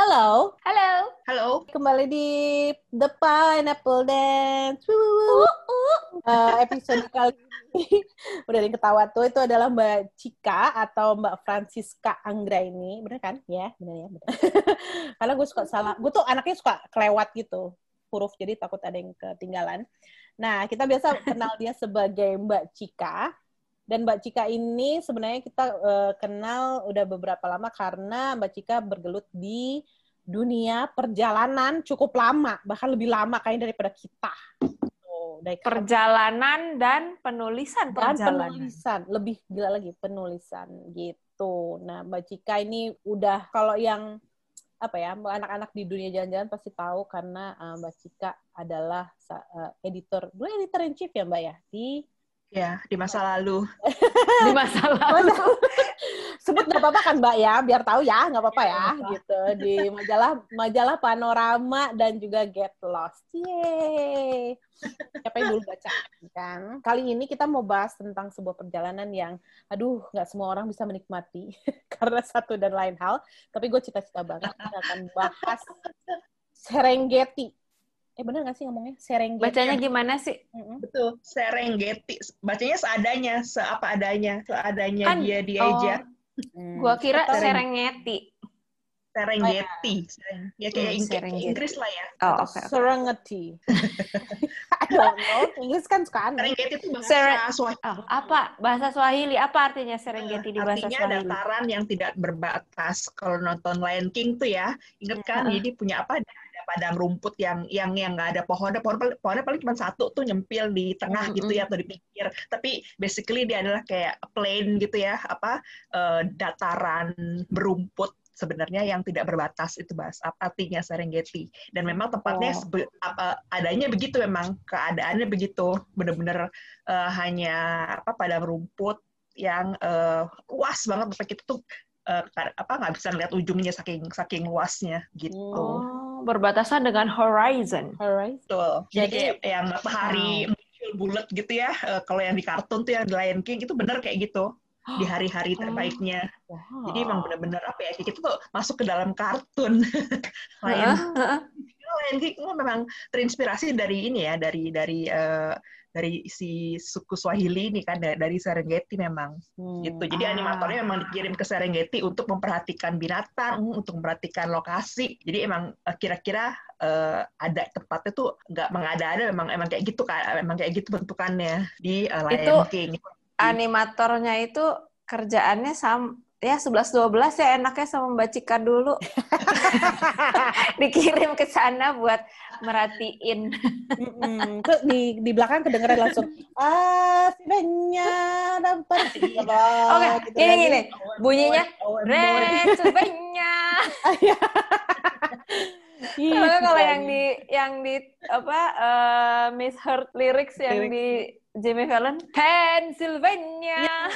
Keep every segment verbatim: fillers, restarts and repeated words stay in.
Halo, Halo. Halo. kembali di The Pineapple Dance. Uh, uh. Uh, episode kali ini udah ada yang ketawa tuh, itu adalah Mbak Cika atau Mbak Francisca Anggraini, bener kan? Ya, bener ya. Bener. Karena gue suka salah, gue tuh anaknya suka kelewat gitu huruf, jadi takut ada yang ketinggalan. Nah, kita biasa kenal dia sebagai Mbak Cika. Dan Mbak Cika ini sebenarnya kita uh, kenal udah beberapa lama karena Mbak Cika bergelut di dunia perjalanan cukup lama, bahkan lebih lama kayaknya daripada kita. Oh, dari perjalanan dan penulisan dan perjalanan. penulisan, lebih gila lagi penulisan gitu. Nah, Mbak Cika ini udah kalau yang apa ya, anak-anak di dunia jalan-jalan pasti tahu karena uh, Mbak Cika adalah uh, editor, dulu editor in chief ya Mbak ya di Ya, di masa lalu. Di masa lalu. Sebut nggak apa-apa kan Mbak ya, biar tahu ya, nggak apa-apa ya, ya gitu. Di majalah majalah Panorama dan juga Get Lost. Yeay. Siapa yang dulu baca kan? Kali ini kita mau bahas tentang sebuah perjalanan yang, aduh, nggak semua orang bisa menikmati karena satu dan lain hal. Tapi gue cita-cita banget kita akan bahas Serengeti. Eh benar nggak sih ngomongnya? Serengeti. Bacanya gimana sih? Betul, Serengeti. Bacanya seadanya, seapa adanya, seadanya Kan, dia dieja. Oh, hmm. Gua kira Serengeti. Serengeti. Ya kayak hmm, Ing- Serengeti. Inggris lah ya. Oh, oke. Okay, okay. Serengeti. I don't know. Inggris kan suka aneh. Serengeti itu bahasa Ser- Swahili. Oh, apa? Bahasa Swahili. Apa artinya Serengeti di bahasa Artinya Swahili? Artinya dataran yang tidak berbatas. Kalau nonton Lion King tuh ya, inget kan? Uh-uh. Jadi punya apa? Padang rumput yang yang yang nggak ada pohonnya, pohon pohonnya paling cuma satu tuh nyempil di tengah mm-hmm. gitu ya atau di pinggir. Tapi basically dia adalah kayak plain gitu ya, apa uh, dataran berumput sebenarnya yang tidak berbatas, itu bahas artinya Serengeti. Dan memang tempatnya oh. sebe, apa adanya begitu, memang keadaannya begitu, benar-benar uh, hanya apa padang rumput yang uh, luas banget, sampai kita tuh uh, apa nggak bisa lihat ujungnya saking saking luasnya gitu. Oh. Berbatasan dengan horizon. Horizon. Betul. Jadi, Jadi kayak yang matahari wow. muncul bulat gitu ya. Uh, kalau yang di kartun tuh yang di Lion King itu benar kayak gitu. Di hari-hari terbaiknya. Oh. Wow. Jadi emang benar-benar apa ya? Kita tuh masuk ke dalam kartun. Lion, uh-huh. Lion King memang terinspirasi dari ini ya, dari dari uh, dari si suku Swahili ini kan, dari Serengeti memang hmm. gitu. Jadi ah. animatornya memang dikirim ke Serengeti untuk memperhatikan binatang, untuk memperhatikan lokasi. Jadi emang kira-kira uh, ada tempatnya tuh nggak mengada-ada, memang emang kayak gitu kan, memang kayak gitu bentukannya di uh, Lion itu King. Animatornya itu kerjaannya sama ya sebelas dua belas ya, enaknya sama Mbak Cika dulu. Dikirim ke sana buat merhatiin. Mm-mm. Tuh di di belakang kedengeran langsung ah sebenarnya dapat oke gitu gini gini bunyinya sebenarnya. Kalau kalau yang di yang di apa uh, misheard lyrics yang Lyrics. Di Jimmy Fallon Pennsylvania.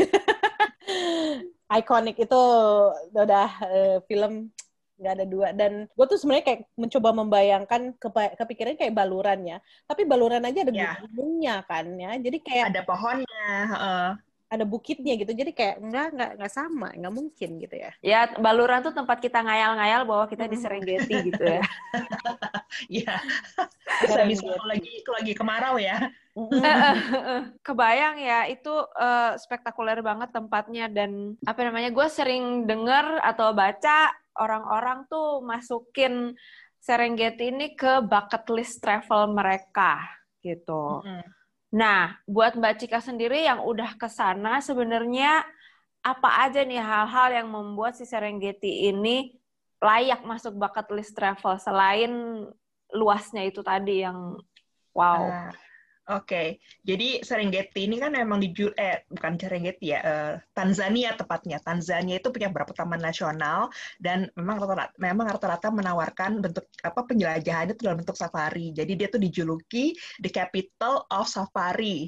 Iconic itu udah uh, film nggak ada dua, dan gue tuh sebenarnya kayak mencoba membayangkan kepa- kepikiran kayak baluran ya, tapi baluran aja ada yeah. gunungnya kan ya, jadi kayak ada pohonnya, uh. ada bukitnya gitu, jadi kayak nggak nggak nggak sama, nggak mungkin gitu ya. Ya baluran tuh tempat kita ngayal-ngayal bahwa kita di Serengeti gitu ya. Iya. Bisa kalau lagi kalau lagi kemarau ya. Kebayang ya, itu uh, spektakuler banget tempatnya, dan apa namanya, gue sering dengar atau baca orang-orang tuh masukin Serengeti ini ke bucket list travel mereka gitu. Mm-hmm. Nah, buat Mbak Cika sendiri yang udah ke sana, sebenarnya apa aja nih hal-hal yang membuat si Serengeti ini layak masuk bucket list travel selain luasnya itu tadi yang wow. Uh. Oke, okay. Jadi Serengeti ini kan memang di eh bukan Serengeti ya, uh, Tanzania tepatnya. Tanzania itu punya beberapa taman nasional dan memang rata-rata memang rata-rata menawarkan bentuk apa penjelajahannya itu dalam bentuk safari. Jadi dia tuh dijuluki the capital of safari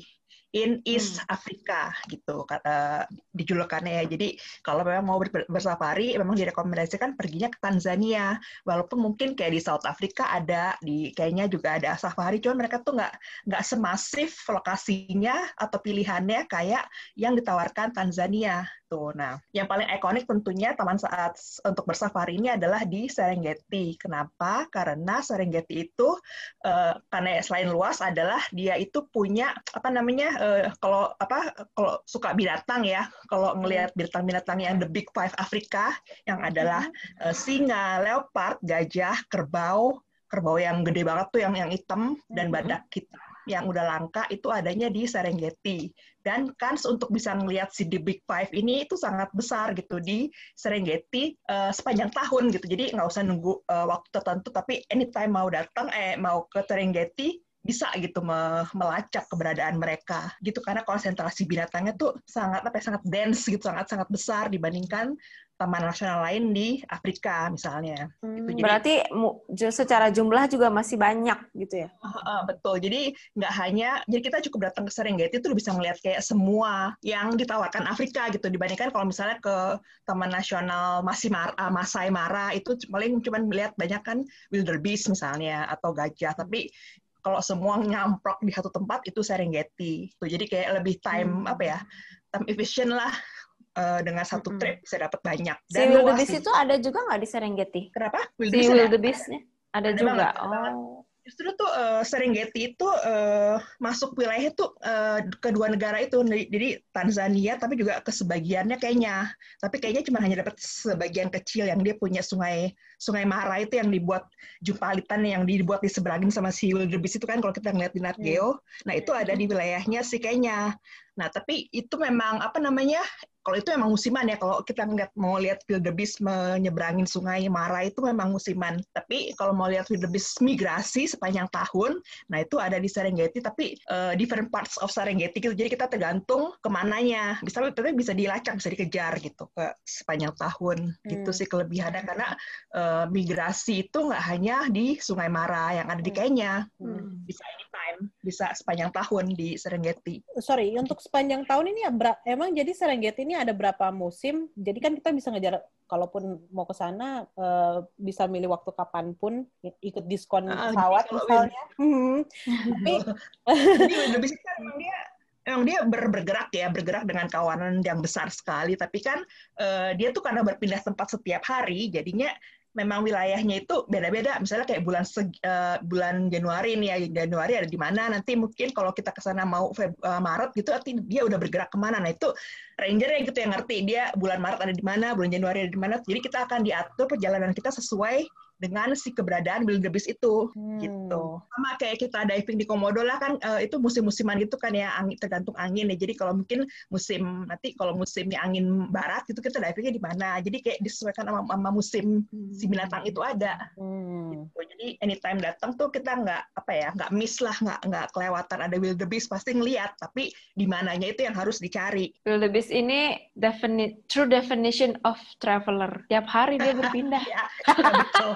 in East Hmm. Africa gitu kata dijulukannya ya. Jadi kalau memang mau ber- bersafari memang direkomendasikan perginya ke Tanzania. Walaupun mungkin kayak di South Africa ada, di Kenya juga ada safari, cuman mereka tuh nggak nggak semasif lokasinya atau pilihannya kayak yang ditawarkan Tanzania tuh. Nah, yang paling ikonik tentunya taman saat untuk bersafari ini adalah di Serengeti. Kenapa? Karena Serengeti itu uh, karena selain luas adalah dia itu punya apa namanya uh, kalau apa kalau suka binatang ya, kalau ngelihat binatang-binatang yang the big five Afrika yang adalah uh, singa, leopard, gajah, kerbau, kerbau yang gede banget tuh yang yang hitam dan badak kita yang udah langka itu adanya di Serengeti. Dan kans untuk bisa ngelihat si The Big Five ini itu sangat besar gitu di Serengeti uh, sepanjang tahun gitu. Jadi nggak usah nunggu uh, waktu tertentu, tapi anytime mau datang, eh mau ke Serengeti, bisa gitu me- melacak keberadaan mereka gitu karena konsentrasi binatangnya tuh sangat apa ya, sangat dense gitu, sangat sangat besar dibandingkan taman nasional lain di Afrika misalnya. Hmm, gitu. Jadi berarti mu- ju- secara jumlah juga masih banyak gitu ya? Uh, betul. Jadi nggak hanya, jadi kita cukup datang ke Serengeti itu bisa ngeliat kayak semua yang ditawarkan Afrika gitu. Dibandingkan kalau misalnya ke Taman Nasional Masai Mara, Masai Mara itu paling cuma melihat banyak kan wildebeest misalnya atau gajah. Tapi kalau semua nyamprok di satu tempat itu Serengeti. Tuh, jadi kayak lebih time hmm. apa ya, time efficient lah. Uh, dengan satu trip bisa dapat banyak. Si Dan wildebeest luas, itu ada juga nggak di Serengeti? Kenapa? Si wildebeest-nya ada, ada juga. Banget, ada oh. banget. Justru tuh uh, Serengeti itu uh, masuk wilayah tuh uh, kedua negara itu, jadi Tanzania tapi juga ke sebagiannya Kenya. Tapi kayaknya cuma hanya dapat sebagian kecil yang dia punya sungai Sungai Mara itu yang dibuat jumpalitan yang dibuat di seberangin sama si wildebeest itu kan kalau kita ngeliat di Nat Geo. Nah itu ada di wilayahnya si Kenya. Nah tapi itu memang apa namanya? Kalau itu memang musiman ya, kalau kita ngeliat, mau lihat wildebeest menyeberangin sungai Mara itu memang musiman. Tapi kalau mau lihat wildebeest migrasi sepanjang tahun, nah itu ada di Serengeti, tapi uh, different parts of Serengeti gitu. Jadi kita tergantung kemananya. Bisa, tapi bisa dilacak, bisa dikejar gitu ke sepanjang tahun. Hmm. Gitu sih kelebihannya, karena uh, migrasi itu nggak hanya di Sungai Mara yang ada di Kenya. Hmm. Bisa anytime, bisa sepanjang tahun di Serengeti. Sorry, untuk sepanjang tahun ini ya, emang jadi Serengeti ini ada berapa musim? Jadi kan kita bisa ngejar, kalaupun mau ke sana uh, bisa milih waktu kapanpun, ikut diskon pesawat uh, misalnya. Hmm. Tapi jadi wildebeest kan emang dia emang dia ber- bergerak ya, bergerak dengan kawanan yang besar sekali. Tapi kan uh, dia tuh karena berpindah tempat setiap hari, jadinya memang wilayahnya itu beda-beda. Misalnya kayak bulan seg- uh, bulan Januari nih ya, Januari ada di mana, nanti mungkin kalau kita ke sana mau Feb- uh, Maret gitu, nanti dia udah bergerak kemana. Nah itu ranger gitu yang ngerti, dia bulan Maret ada di mana, bulan Januari ada di mana. Jadi kita akan diatur perjalanan kita sesuai dengan si keberadaan wildebeest itu, hmm. gitu. Sama kayak kita diving di Komodo lah kan, uh, itu musim-musiman gitu kan ya, angin, tergantung angin ya. Jadi kalau mungkin musim, nanti kalau musimnya angin barat gitu, kita divingnya di mana. Jadi kayak disesuaikan sama, sama musim hmm. si binatang itu ada. Hmm. Gitu. Jadi anytime datang tuh kita nggak, apa ya, nggak miss lah, nggak nggak kelewatan ada wildebeest, pasti ngeliat. Tapi di mananya itu yang harus dicari. Wildebeest ini definite, true definition of traveler. Tiap hari dia berpindah. Ya, ya betul.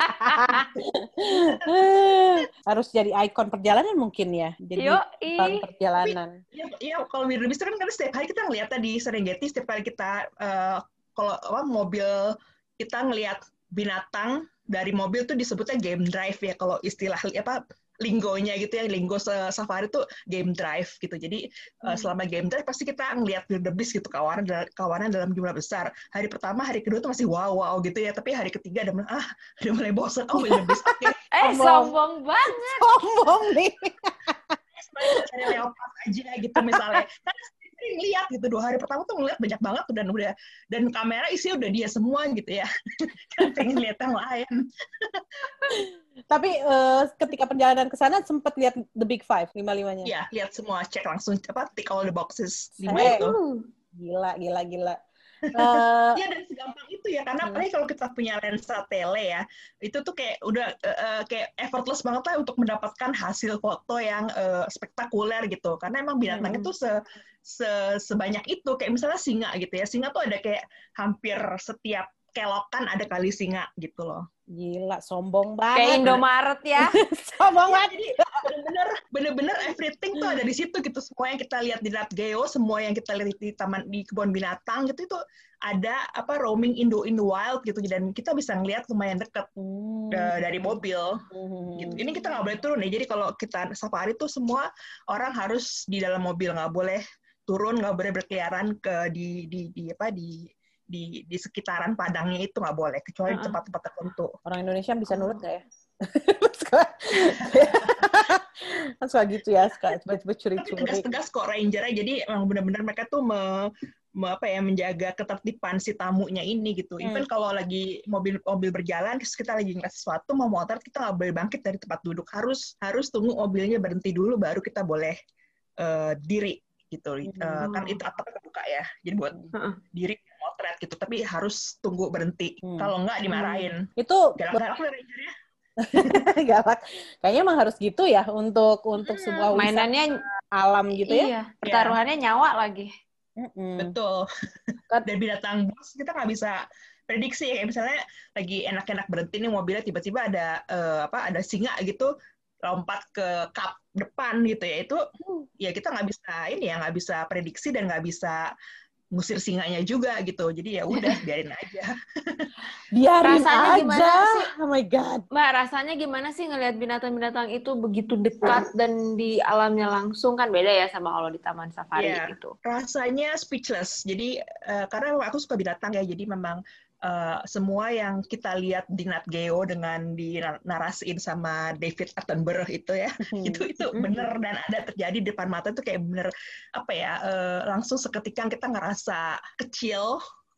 Harus jadi ikon perjalanan mungkin ya. Jadi ikon perjalanan. Iya, ya, kalau wildebeest kan kan setiap hari kita ngeliatnya di Serengeti, setiap kali kita uh, kalau apa, mobil kita ngelihat binatang dari mobil tuh disebutnya game drive ya, kalau istilah apa linggonya gitu ya, linggo safari tuh game drive gitu. Jadi hmm. uh, selama game drive pasti kita ngelihat wildebeest gitu, kawanan kawanan dalam jumlah besar. Hari pertama, hari kedua tuh masih wow wow gitu ya, tapi hari ketiga udah ah udah mulai bosan, oh wildebeest oke. Okay. Eh sombong banget. Sombong nih. Saya leopard aja gitu misalnya. Kan sering lihat gitu, dua hari pertama tuh ngeliat banyak banget tuh, dan udah dan kamera isi udah dia semua gitu ya. Kan pengen lihat yang lain. Tapi uh, ketika perjalanan ke sana sempat lihat the big five, lima-limanya. Iya, lihat semua, cek langsung apa tick all the boxes lima hey. itu. Gila, gila, gila. Uh, ya dan segampang itu ya, karena apalagi kalau kita punya lensa tele ya, itu tuh kayak udah uh, kayak effortless banget lah untuk mendapatkan hasil foto yang uh, spektakuler gitu, karena emang binatangnya hmm. tuh se, se sebanyak itu. Kayak misalnya singa gitu ya, singa tuh ada kayak hampir setiap kelokan ada kali singa gitu loh. Gila, sombong banget. Kayak Indomaret ya. Sombong Ya, banget. jadi bener-bener bener-bener everything tuh ada di situ gitu. Semua yang kita lihat di Nat Geo, semua yang kita lihat di taman di kebun binatang gitu itu ada apa roaming in the, in the wild gitu, dan kita bisa ngeliat lumayan dekat Hmm. uh, dari mobil Hmm. gitu. Ini kita nggak boleh turun ya. Jadi kalau kita safari tuh semua orang harus di dalam mobil, nggak boleh turun, nggak boleh berkeliaran ke di di di apa di di di sekitaran padangnya, itu nggak boleh, kecuali di tempat-tempat tertentu. Orang Indonesia bisa nurut nggak ya? Kan suka gitu ya, suka coba-coba Tapi curi-curi. tegas-tegas kok rangernya, jadi emang benar-benar mereka tuh me, me, apa ya, menjaga ketertiban si tamunya ini gitu. Hmm. Even kalau lagi mobil-mobil berjalan, terus kita lagi ngeliat sesuatu mau motor, kita nggak boleh bangkit dari tempat duduk, harus harus tunggu mobilnya berhenti dulu, baru kita boleh uh, diri gitu. Hmm. Uh, kan itu atapnya kebuka ya, jadi buat Hmm. diri motret gitu, tapi harus tunggu berhenti. Hmm. Kalau nggak dimarahin. Itu Galak-galak lah rangernya. galak. Kayaknya emang harus gitu ya untuk untuk Hmm, sebuah wisata mainannya alam gitu ya. Iya, pertaruhannya nyawa lagi. Mm-mm. Betul. Dan binatang buas kita nggak bisa prediksi ya. Kayak misalnya lagi enak-enak berhenti nih mobilnya, tiba-tiba ada uh, apa ada singa gitu lompat ke kap depan gitu ya, itu ya kita nggak bisa ini ya, nggak bisa prediksi dan nggak bisa ngusir singanya juga gitu. Jadi ya udah biarin aja. Biarin Rasanya aja. gimana sih? Oh my God. Mbak, rasanya gimana sih ngelihat binatang-binatang itu begitu dekat dan di alamnya langsung, kan beda ya sama kalau di taman safari Yeah, gitu. rasanya speechless. Jadi uh, karena aku suka binatang ya, jadi memang uh, semua yang kita lihat di Nat Geo dengan dinarasiin sama David Attenborough itu ya, Hmm. itu itu bener dan ada terjadi di depan mata, itu kayak bener apa ya, uh, langsung seketika kita ngerasa kecil.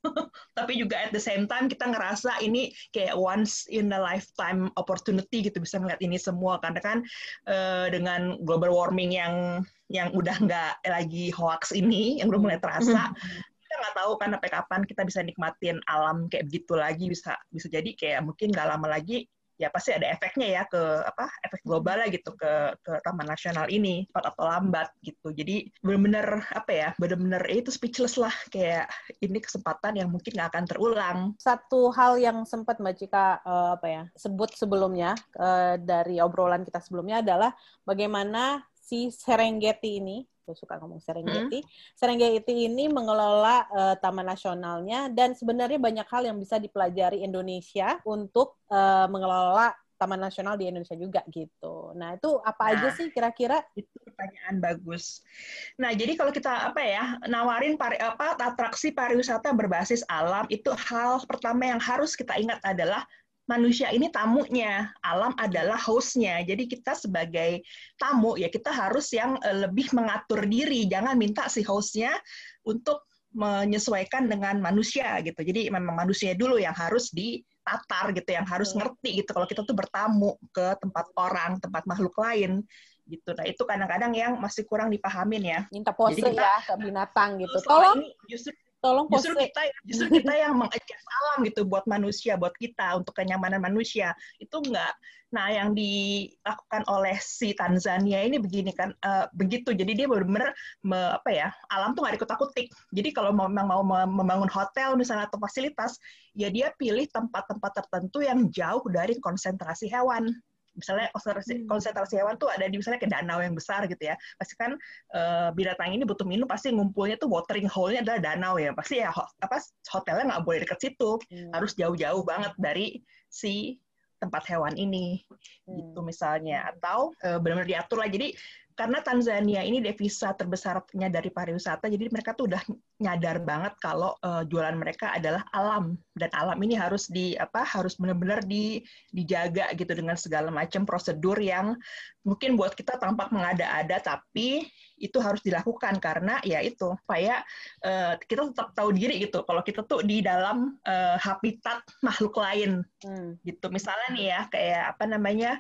Tapi juga at the same time kita ngerasa ini kayak once in a lifetime opportunity gitu, bisa ngeliat ini semua, karena kan uh, dengan global warming yang yang udah nggak lagi hoax ini, yang udah mulai terasa, kita nggak tahu kan sampai kapan kita bisa nikmatin alam kayak begitu lagi. Bisa bisa jadi kayak mungkin nggak lama lagi ya pasti ada efeknya ya ke apa efek global lah gitu ke ke Taman Nasional ini, cepat atau lambat gitu. Jadi benar-benar apa ya, benar-benar itu speechless lah, kayak ini kesempatan yang mungkin nggak akan terulang. Satu hal yang sempat Mbak Cika uh, apa ya sebut sebelumnya uh, dari obrolan kita sebelumnya adalah bagaimana si Serengeti ini, aku suka ngomong Serengeti, hmm. Serengeti ini mengelola uh, taman nasionalnya, dan sebenarnya banyak hal yang bisa dipelajari Indonesia untuk uh, mengelola taman nasional di Indonesia juga gitu. Nah, itu apa nah, aja sih kira-kira? Itu pertanyaan bagus. Nah, jadi kalau kita apa ya, nawarin pari, apa atraksi pariwisata berbasis alam, itu hal pertama yang harus kita ingat adalah manusia ini tamunya, alam adalah hostnya. Jadi kita sebagai tamu ya kita harus yang lebih mengatur diri, jangan minta si hostnya untuk menyesuaikan dengan manusia gitu. Jadi memang manusia dulu yang harus ditatar gitu, yang harus ngerti gitu kalau kita tuh bertamu ke tempat orang, tempat makhluk lain gitu. Nah itu kadang-kadang yang masih kurang dipahamin ya. Minta pose kita, ya ke binatang gitu. Tolong ini justru Tolong pose. Justru kita, justru kita yang meng-adjust alam gitu buat manusia, buat kita, untuk kenyamanan manusia. Itu enggak. Nah, yang dilakukan oleh si Tanzania ini begini kan, uh, begitu. Jadi dia benar-benar me, apa ya, alam tuh nggak dikutak-kutik. Jadi kalau memang mau membangun hotel misalnya atau fasilitas, ya dia pilih tempat-tempat tertentu yang jauh dari konsentrasi hewan. Misalnya konsentrasi, konsentrasi hewan tuh ada di misalnya ke danau yang besar gitu ya. Pasti kan uh, binatang ini butuh minum, pasti ngumpulnya tuh watering hole-nya adalah danau ya. Pasti ya apa hotelnya nggak boleh deket situ, hmm. harus jauh-jauh banget dari si tempat hewan ini, hmm. gitu misalnya. Atau uh, benar-benar diatur lah. Jadi karena Tanzania ini devisa terbesarnya dari pariwisata, jadi mereka tuh udah nyadar banget kalau uh, jualan mereka adalah alam, dan alam ini harus di apa harus benar-benar di, dijaga gitu dengan segala macam prosedur yang mungkin buat kita tampak mengada-ada, tapi itu harus dilakukan karena ya itu supaya uh, kita tetap tahu diri gitu kalau kita tuh di dalam uh, habitat makhluk lain, hmm. gitu. Misalnya nih ya kayak apa namanya,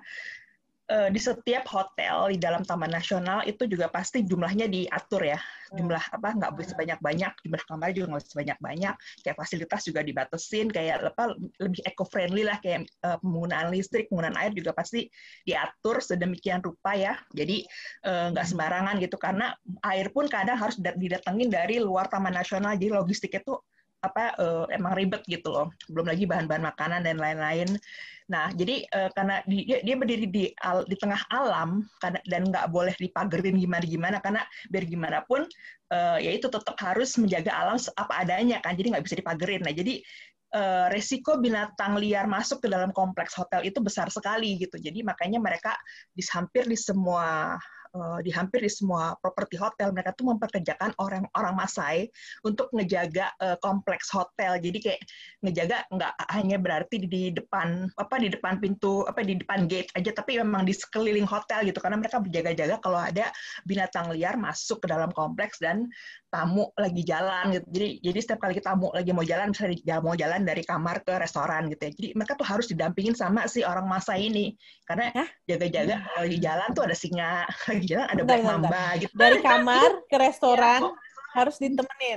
di setiap hotel di dalam Taman Nasional itu juga pasti jumlahnya diatur ya, jumlah apa nggak boleh sebanyak-banyak, jumlah kamar juga nggak boleh sebanyak-banyak, kayak fasilitas juga dibatasin, kayak apa lebih eco-friendly lah, kayak uh, penggunaan listrik, penggunaan air juga pasti diatur sedemikian rupa ya, jadi nggak uh, sembarangan gitu, karena air pun kadang harus didatengin dari luar Taman Nasional, jadi logistiknya tuh apa uh, emang ribet gitu loh. Belum lagi bahan-bahan makanan dan lain-lain. Nah, jadi uh, karena dia, dia berdiri di al, di tengah alam karena, dan nggak boleh dipagerin gimana-gimana karena biar gimana pun uh, ya itu tetap harus menjaga alam apa adanya kan. Jadi nggak bisa dipagerin. Nah, jadi uh, resiko binatang liar masuk ke dalam kompleks hotel itu besar sekali gitu. Jadi makanya mereka di hampir di semua di hampir di semua properti hotel mereka tuh memperkerjakan orang-orang Masai untuk ngejaga uh, kompleks hotel. Jadi kayak ngejaga nggak hanya berarti di depan apa di depan pintu apa di depan gate aja, tapi memang di sekeliling hotel gitu karena mereka berjaga-jaga kalau ada binatang liar masuk ke dalam kompleks dan tamu lagi jalan gitu. Jadi jadi setiap kali tamu lagi mau jalan misalnya mau jalan dari kamar ke restoran gitu ya. Jadi mereka tuh harus didampingin sama si orang Masai ini karena jaga-jaga hmm. lagi jalan tuh ada singa, lagi jalan ada black mamba gitu. Dari kamar ke restoran ya, harus ditemenin.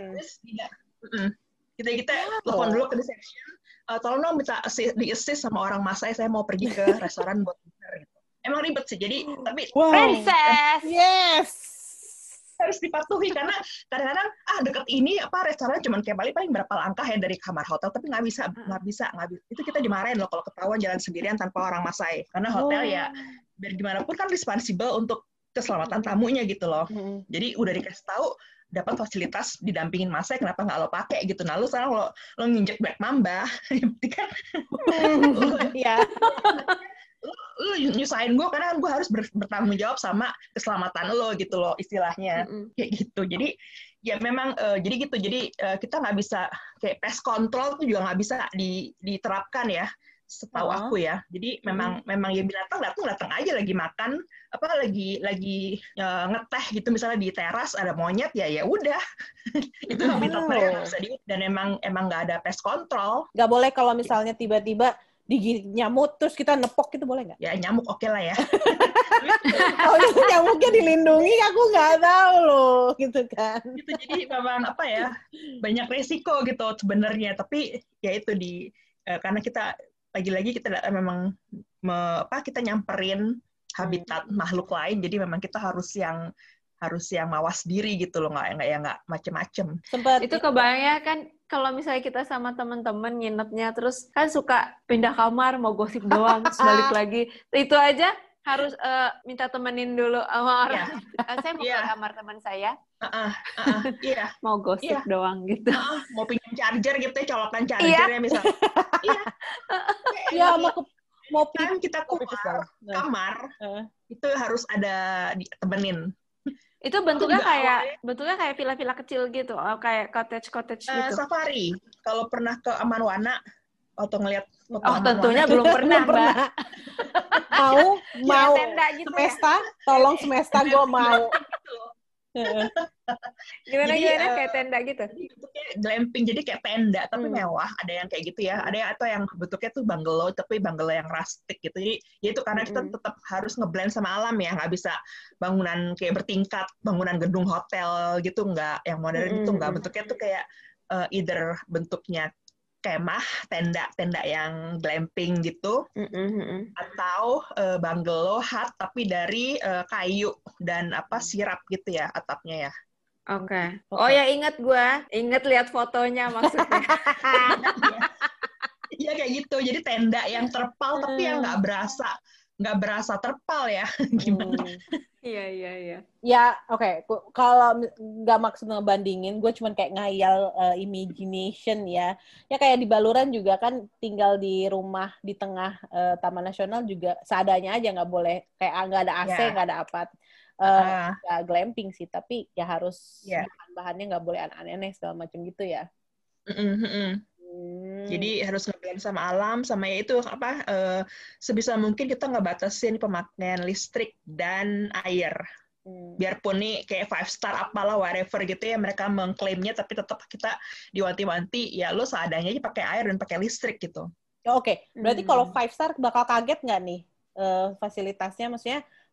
Kita kita telepon dulu ke reception, uh, tolong dong minta di assist sama orang Masai, saya mau pergi ke restoran buat dinner gitu. Emang ribet sih. Jadi tapi wow. Princess. Yes. Harus dipatuhi karena kadang-kadang ah deket ini apa restoran cuman kayak paling paling berapa langkah ya dari kamar hotel, tapi nggak bisa nggak bisa nggak bisa itu kita dimarahin loh kalau ketahuan jalan sendirian tanpa orang Masai karena hotel oh. ya biar gimana pun kan responsible untuk keselamatan tamunya gitu loh. Mm-hmm. Jadi udah dikasih tahu dapat fasilitas didampingin Masai, kenapa nggak lo pakai gitu. Nah lu sekarang lo lo nginjek black mamba, kan? Iya. Lu nyusahin gue karena gue harus bertanggung jawab sama keselamatan lo gitu loh istilahnya. Mm-hmm. Kayak gitu. Jadi ya memang uh, jadi gitu. Jadi uh, kita nggak bisa kayak pest control tuh juga nggak bisa di, diterapkan ya. Setahu uh-huh. aku ya. Jadi memang hmm. memang ya binatang datang datang aja lagi makan apa lagi lagi uh, ngeteh gitu misalnya di teras ada monyet ya ya udah. Itu habitat mereka bisa di dan emang emang nggak ada pest control. Nggak boleh kalau misalnya tiba-tiba digigit nyamuk terus kita nepok itu boleh nggak? Ya nyamuk oke okay lah ya. Kalau nyamuknya dilindungi aku nggak tahu loh gitu kan. Gitu jadi memang apa ya banyak resiko gitu sebenarnya tapi ya itu di uh, karena kita lagi-lagi kita memang me, apa kita nyamperin habitat hmm. makhluk lain jadi memang kita harus yang harus yang mawas diri gitu loh nggak nggak ya nggak macem-macem. Sempat itu kebayang kan kalau misalnya kita sama teman-teman nginepnya terus kan suka pindah kamar mau gosip doang terus balik lagi itu aja harus uh, minta temenin dulu sama orang. Yeah. Uh, saya mau yeah. ke kamar teman saya. Uh-uh, uh-uh, yeah. Mau gosip yeah. doang gitu. Uh-uh, mau pinjam charger gitu ya, colokan charger yeah. ya misalnya. Iya. Iya, mau ke mau kan kita keluar kamar uh. itu harus ada ditemenin. Itu bentuknya kayak awalnya, bentuknya kayak villa-villa kecil gitu, oh, kayak cottage-cottage uh, gitu. Safari. Kalau pernah ke Amanwana atau ngelihat oh tentunya belum pernah, Mbak. mau mau ya, gitu semesta ya? Tolong semesta gue mau gimana jadi, gimana uh, kayak tenda gitu bentuknya glamping jadi kayak tenda tapi hmm. mewah ada yang kayak gitu ya ada yang, atau yang bentuknya tuh bungalow tapi bungalow yang rustic gitu jadi ya itu karena hmm. kita tetap harus ngeblend sama alam ya nggak bisa bangunan kayak bertingkat bangunan gedung hotel gitu nggak yang modern hmm. itu nggak bentuknya tuh kayak uh, either bentuknya kemah, tenda-tenda yang glamping gitu, mm-hmm. atau uh, bungalow hut tapi dari uh, kayu dan apa sirap gitu ya atapnya ya. Oke. Okay. Okay. Oh ya ingat gue, ingat lihat fotonya maksudnya. Iya kayak gitu. Jadi tenda yang terpal tapi yang nggak berasa nggak berasa terpal ya. Gimana? Iya iya iya. Ya oke. Okay. Kalau nggak maksud ngebandingin, gue cuman kayak ngayal uh, imagination ya. Ya kayak di Baluran juga kan tinggal di rumah di tengah uh, Taman Nasional juga seadanya aja nggak boleh kayak nggak ada A C nggak yeah. ada apa. Uh, uh. glamping sih tapi ya harus yeah. bahan-bahannya nggak boleh aneh-aneh segala macam gitu ya. Mm-hmm. Hmm. Jadi harus ngeblend sama alam, sama ya itu apa uh, sebisa mungkin kita ngebatasin pemakaian listrik dan air. Hmm. Biarpun nih kayak five star apalah whatever gitu ya mereka mengklaimnya, tapi tetap kita diwanti-wanti ya lo seadanya aja pakai air dan pakai listrik gitu. Oh, Oke, okay. Berarti hmm. kalau five star bakal kaget nggak nih uh, fasilitasnya? Maksudnya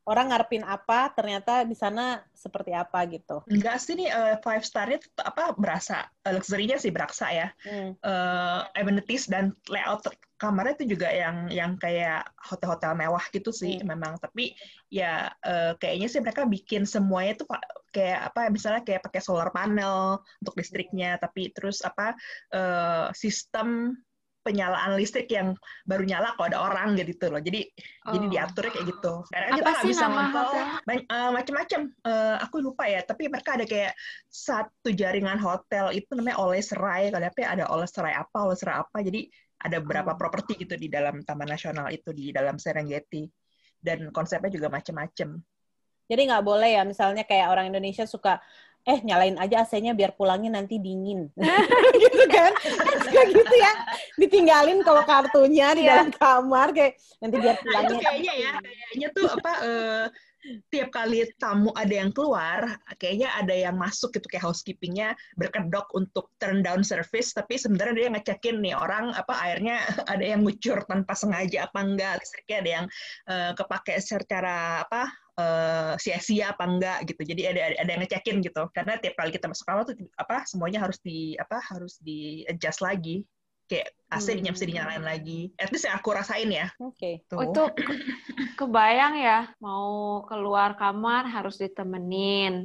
orang ngarepin apa, ternyata di sana seperti apa gitu. Enggak sih nih, uh, five star-nya tetap apa berasa, uh, luxury-nya sih berasa ya. Hmm. Uh, amenities dan layout kamarnya itu juga yang yang kayak hotel-hotel mewah gitu sih hmm. memang. Tapi ya uh, kayaknya sih mereka bikin semuanya tuh kayak apa, misalnya kayak pakai solar panel untuk listriknya, tapi terus apa uh, sistem penyalaan listrik yang baru nyala kalau ada orang gitu loh. Jadi oh. jadi diaturnya kayak gitu. Karena apa kita nggak bisa ngontrol uh, macam-macam. Uh, aku lupa ya. Tapi mereka ada kayak satu jaringan hotel itu namanya Ole Serai. Kalau ada Ole Serai apa, Ole Serai apa. Jadi ada beberapa oh. properti gitu di dalam Taman Nasional itu di dalam Serengeti. Dan konsepnya juga macam-macam. Jadi nggak boleh ya, misalnya kayak orang Indonesia suka eh nyalain aja A C-nya biar pulangnya nanti dingin. Gitu kan? Kayak gitu ya. Ditinggalin kalau kartunya di dalam kamar kayak nanti biar pulangnya. Nah, kayaknya ya, kayaknya tuh apa uh, tiap kali tamu ada yang keluar, kayaknya ada yang masuk gitu kayak housekeeping-nya berkedok untuk turn down service, tapi sebenarnya dia ngecekin nih orang apa airnya ada yang ngucur tanpa sengaja apa enggak, listriknya ada yang uh, kepake secara apa Uh, sia-sia apa enggak gitu. Jadi ada ada yang ngecekin gitu. Karena tiap kali kita masuk kamar tuh apa semuanya harus di apa harus di adjust lagi. Kayak A C hmm. mesti dinyalain lagi. At least yang aku rasain ya. Oke. Okay. Oh, itu kebayang ya, mau keluar kamar harus ditemenin.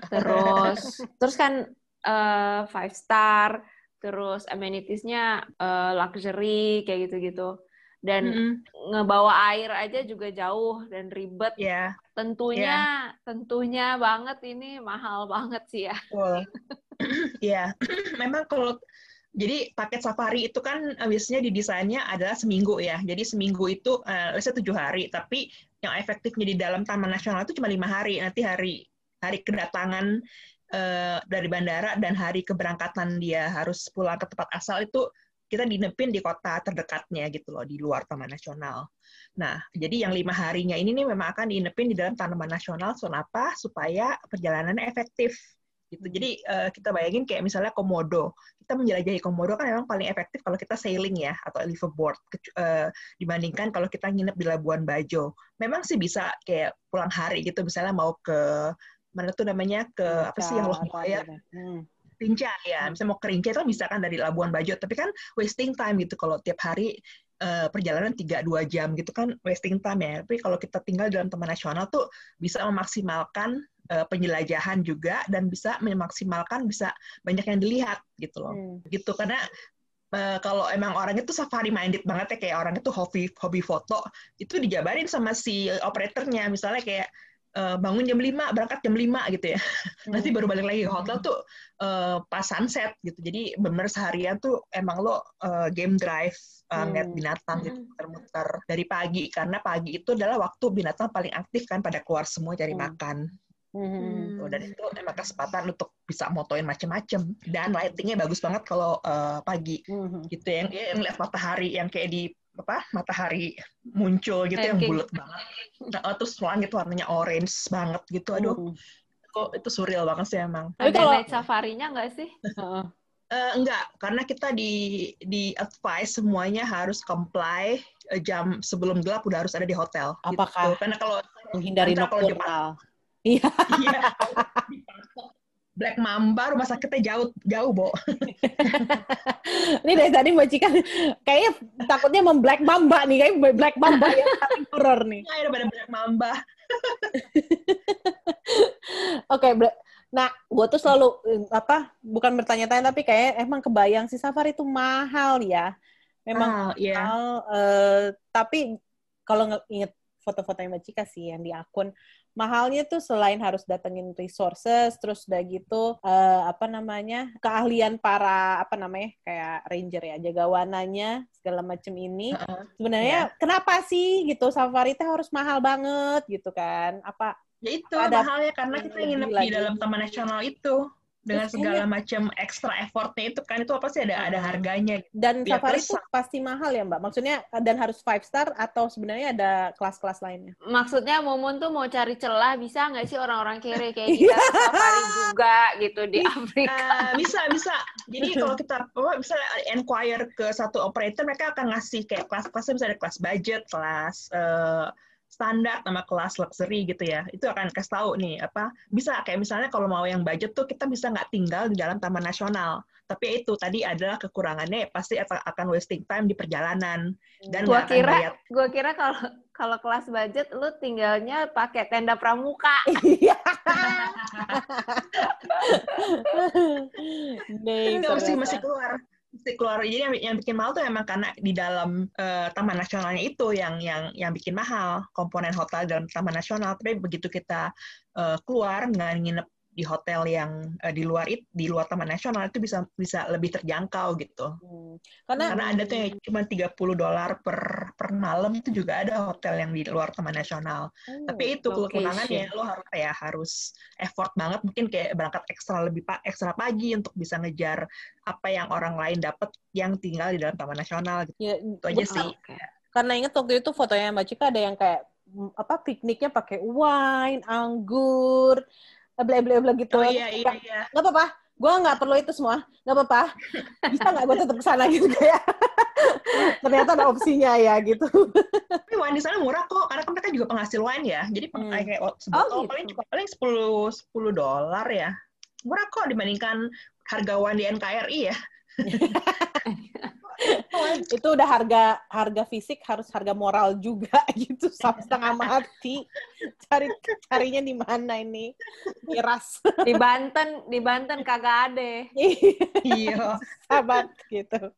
Terus terus kan uh, five star, terus amenities-nya uh, luxury kayak gitu-gitu. Dan mm-hmm. ngebawa air aja juga jauh dan ribet. Yeah. Tentunya, yeah. tentunya banget ini mahal banget sih ya. Iya, yeah. Memang kalau jadi paket safari itu kan biasanya didesainnya adalah seminggu ya. Jadi seminggu itu, uh, let's say tujuh hari, tapi yang efektifnya di dalam Taman Nasional itu cuma lima hari. Nanti hari hari kedatangan uh, dari bandara dan hari keberangkatan dia harus pulang ke tempat asal itu kita dinepin di kota terdekatnya gitu loh, di luar Taman Nasional. Nah, jadi yang lima harinya ini nih memang akan dinepin di dalam Taman Nasional, kenapa? Supaya perjalanannya efektif. Gitu. Jadi uh, kita bayangin kayak misalnya Komodo. Kita menjelajahi Komodo kan memang paling efektif kalau kita sailing ya, atau liveaboard, uh, dibandingkan kalau kita nginep di Labuan Bajo. Memang sih bisa kayak pulang hari gitu, misalnya mau ke, mana tuh namanya, ke Rinca, apa sih yang Loh Buaya? Rinca ya, misalnya mau ke Rinca itu kan bisa kan dari Labuan Bajo, tapi kan wasting time gitu kalau tiap hari uh, perjalanan tiga sampai dua jam gitu kan wasting time ya. Tapi kalau kita tinggal dalam Taman Nasional tuh bisa memaksimalkan uh, penjelajahan juga dan bisa memaksimalkan bisa banyak yang dilihat gitu loh. Hmm. Gitu karena uh, kalau emang orangnya tuh safari minded banget ya, kayak orangnya tuh hobi hobi foto, itu dijabarin sama si operatornya, misalnya kayak Uh, bangun jam lima, berangkat jam lima gitu ya. Hmm. Nanti baru balik lagi ke hotel tuh uh, pas sunset gitu. Jadi bener seharian tuh emang lo uh, game drive, uh, hmm. ngeliat binatang gitu, muter-muter dari pagi. Karena pagi itu adalah waktu binatang paling aktif kan, pada keluar semua cari hmm. makan. Hmm. Tuh, dan itu emang kesempatan untuk bisa motoin macem-macem. Dan lightingnya bagus banget kalau uh, pagi. Hmm. Gitu yang, yang lihat matahari yang kayak di apa matahari muncul gitu okay. yang bulat banget, nah, terus langit warnanya orange banget gitu, aduh, hmm. kok itu surreal banget sih emang. Ada kalau night safari-nya nggak sih? uh, enggak, karena kita di di advice semuanya harus comply jam sebelum gelap udah harus ada di hotel. Apakah? Gitu. Karena kalau menghindari nocturnal. Iya. Iya. Black Mamba rumah sakitnya jauh jauh, Bo. Ini dari tadi Mbak Cika kayaknya takutnya mem-Black Mamba nih, kayak Black Mamba yang paling horor nih. Nah, ada Black Mamba. Oke, okay, nah gue tuh selalu apa bukan bertanya-tanya tapi kayak emang kebayang sih safari itu mahal ya. Memang ah, mahal, yeah. uh, tapi kalau inget foto-fotonya Mbak Cika sih yang di akun, mahalnya tuh selain harus datengin resources, terus udah gitu uh, apa namanya keahlian para apa namanya kayak ranger ya, jagawananya segala macam ini. Uh-uh. Sebenarnya yeah. kenapa sih gitu safari itu harus mahal banget gitu kan? Apa? Ya itu ada mahalnya karena kita nginep di dalam Taman Nasional itu. Dengan terus segala kayaknya, macam extra effortnya itu kan itu apa sih ada ada harganya. Dan ya, safari itu pasti mahal ya Mbak? Maksudnya dan harus five star atau sebenarnya ada kelas-kelas lainnya? Maksudnya Mumun tuh mau cari celah bisa nggak sih orang-orang kere kayak kita safari juga gitu di Afrika? Uh, bisa bisa. Jadi kalau kita oh, bisa enquire ke satu operator mereka akan ngasih kayak kelas-kelasnya, misalnya ada kelas budget, kelas uh, standar sama kelas luxury gitu ya. Itu akan kasih tahu nih apa bisa kayak misalnya kalau mau yang budget tuh kita bisa nggak tinggal di dalam Taman Nasional. Tapi itu tadi adalah kekurangannya pasti akan wasting time di perjalanan dan Gua nggak akan kira, melihat. gua kira kalau kalau kelas budget lu tinggalnya pakai tenda pramuka. Iya. Nih, Itu masih ternyata. masih keluar. Mesti keluar. Jadi yang, yang bikin mahal tuh emang karena di dalam uh, Taman Nasionalnya itu yang yang yang bikin mahal komponen hotel dalam Taman Nasional. Tapi begitu kita uh, keluar nggak nginep di hotel yang uh, di luar it, di luar Taman Nasional itu bisa bisa lebih terjangkau gitu. Hmm. Karena, Karena ada tuh yang cuma tiga puluh dolar per per malam itu juga ada hotel yang di luar Taman Nasional. oh, Tapi itu location. kekurangannya lo harus kayak harus effort banget mungkin kayak berangkat ekstra lebih pa- ekstra pagi untuk bisa ngejar apa yang orang lain dapat yang tinggal di dalam Taman Nasional gitu. ya, Itu aja betul. sih. Oke. Karena ingat waktu itu fotonya Mbak Cika ada yang kayak mm, apa pikniknya pakai wine, anggur, bla-bla-bla gitu. Oh iya iya iya. Nggak apa-apa, gue nggak perlu itu semua. Nggak apa-apa, bisa nggak gue tetap ke sana gitu kayak. Ternyata ada opsinya ya gitu. Tapi wine di sana murah kok, karena kan mereka juga penghasil wine ya. Jadi Hmm. kayak sebotol Oh, gitu. paling cuma paling sepuluh sepuluh dolar ya. Murah kok dibandingkan harga wine di N K R I ya. Itu udah harga harga fisik, harus harga moral juga gitu, sampai setengah mati. Cari carinya di mana ini? Miras. Di Banten, di Banten kagak ada. Iya. Sahabat gitu.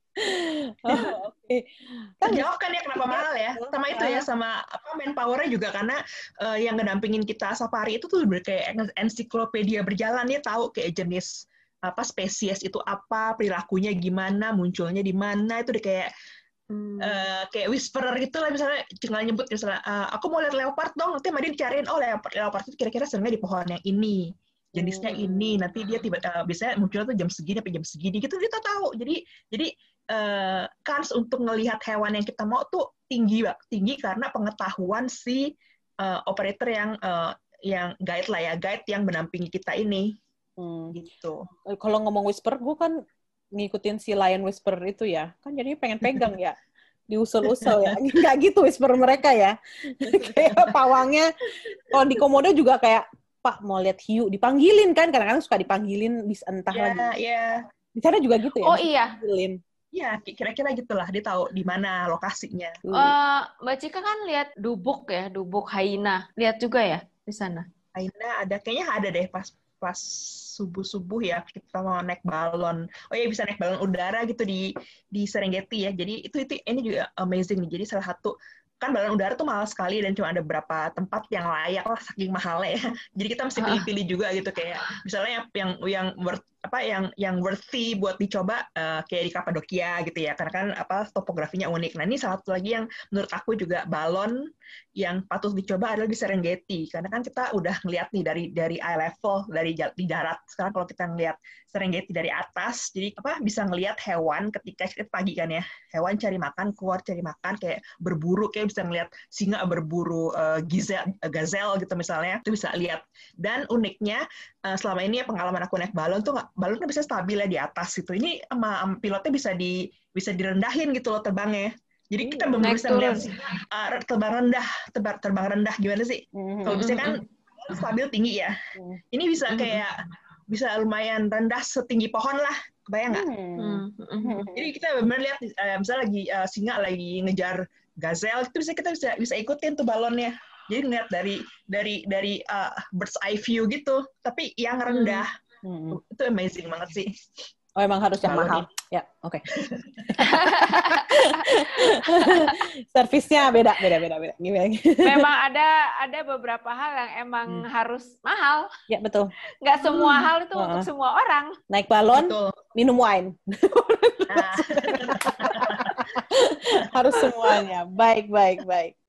Oh, oke. Kan Terjawab kan ya kenapa mahal ya. Sama itu ya, sama apa manpower-nya juga karena uh, yang ngedampingin kita safari itu tuh kayak ensiklopedia berjalan ya, tahu kayak jenis apa spesies itu apa, perilakunya gimana, munculnya di mana, itu udah kayak Hmm. uh, kayak whisperer gitu lah, misalnya tinggal nyebut misalnya uh, aku mau lihat leopard dong, nanti sama dia dicariin oh leopard leopard itu kira-kira sebenarnya di pohon yang ini, jenisnya Hmm. ini, nanti dia tiba uh, biasanya munculnya tuh jam segini sampai jam segini gitu, dia tahu. Jadi jadi uh, kans untuk ngelihat hewan yang kita mau tuh tinggi Mbak. Tinggi karena pengetahuan si uh, operator yang uh, yang guide lah ya, guide yang mendampingi kita ini. Hmm. Gitu. Kalau ngomong whisper, gue kan ngikutin si Lion Whisper itu ya. Kan jadinya pengen pegang ya. Diusul-usul ya. Nggak gitu whisper mereka ya. Kayak pawangnya, kalau di Komodo juga kayak, Pak mau lihat hiu, dipanggilin kan. Kadang-kadang suka dipanggilin, bisa entah Ya, lagi. ya. Di sana juga gitu ya? Oh iya. Dipanggilin. Ya, kira-kira gitulah. Dia tahu di mana lokasinya. Uh, Mbak Cika kan lihat dubuk ya, dubuk hyena. Lihat juga ya di sana? Aina ada, kayaknya ada deh pas pas subuh-subuh ya, kita mau naik balon. Oh iya, bisa naik balon udara gitu di di Serengeti ya. Jadi itu itu ini juga amazing nih. Jadi salah satu kan balon udara tuh mahal sekali dan cuma ada beberapa tempat yang layak lah saking mahalnya ya. Jadi kita mesti pilih-pilih juga gitu, kayak misalnya yang yang yang worth, apa yang yang worthy buat dicoba uh, kayak di Kapadokia gitu ya. Karena kan apa topografinya unik. Nah, ini salah satu lagi yang menurut aku juga balon yang patut dicoba adalah di Serengeti. Karena kan kita udah ngeliat nih dari dari eye level, dari di darat. Sekarang kalau kita ngeliat Serengeti dari atas, jadi apa bisa ngeliat hewan ketika kita pagi kan ya. Hewan cari makan, keluar cari makan, kayak berburu, kayak bisa ngeliat singa berburu uh, gazelle, gazelle gitu misalnya. Itu bisa lihat. Dan uniknya uh, selama ini ya pengalaman aku naik balon tuh balon kan bisa stabil ya di atas gitu. Ini sama, sama pilotnya bisa di bisa direndahin gitu loh terbangnya. Jadi kita belum bisa melihat uh, terbang rendah, terbang, terbang rendah gimana sih? Mm-hmm. Kalau bisa kan stabil tinggi ya. Mm-hmm. Ini bisa kayak bisa lumayan rendah setinggi pohon lah, kebayang nggak? Mm-hmm. Jadi kita benar lihat, uh, misalnya lagi uh, singa lagi ngejar gazelle, itu bisa kita bisa bisa ikutin tuh balonnya. Jadi ngeliat dari dari dari uh, bird's eye view gitu, tapi yang rendah. Mm-hmm. Itu amazing banget sih. Oh, emang harus yang mahal. Ya, oke. Okay. Servisnya beda, beda, beda, beda. Gimana? Memang ada ada beberapa hal yang emang hmm. harus mahal. Ya, betul. Nggak semua hmm. hal itu uh-huh. untuk semua orang. Naik balon, betul. Minum wine. Harus semuanya. Baik, baik, baik.